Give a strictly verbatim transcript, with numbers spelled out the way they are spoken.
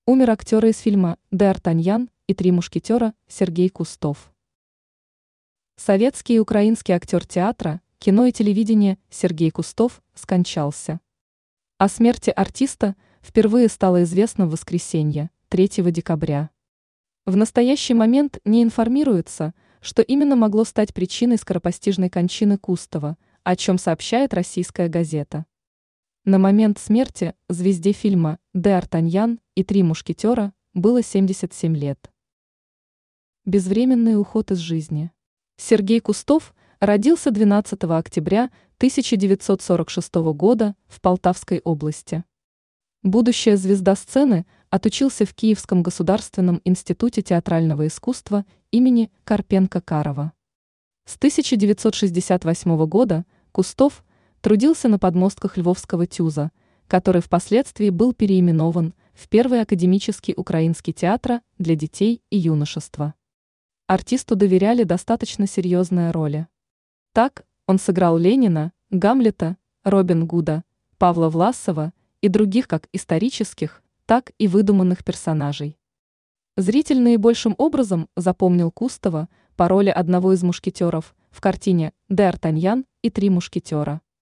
Умер актер из фильма «Д'Артаньян и три мушкетера» Сергей Кустов. Советский и украинский актер театра, кино и телевидения Сергей Кустов скончался. О смерти артиста впервые стало известно в воскресенье, третьего декабря. В настоящий момент не информируется, что именно могло стать причиной скоропостижной кончины Кустова, о чем сообщает российская газета. На момент смерти звезде фильма «Д'Артаньян и три мушкетера» было семьдесят семь лет. Безвременный уход из жизни. Сергей Кустов родился двенадцатого октября тысяча девятьсот сорок шестого года в Полтавской области. Будущая звезда сцены отучился в Киевском государственном институте театрального искусства имени Карпенко-Карова. С тысяча девятьсот шестьдесят восьмого года Кустов трудился на подмостках Львовского ТЮЗа, который впоследствии был переименован в Первый академический украинский театр для детей и юношества. Артисту доверяли достаточно серьезные роли. Так, он сыграл Ленина, Гамлета, Робин Гуда, Павла Власова и других как исторических, так и выдуманных персонажей. Зритель наибольшим образом запомнил Кустова по роли одного из мушкетеров в картине «Д'Артаньян и три мушкетера».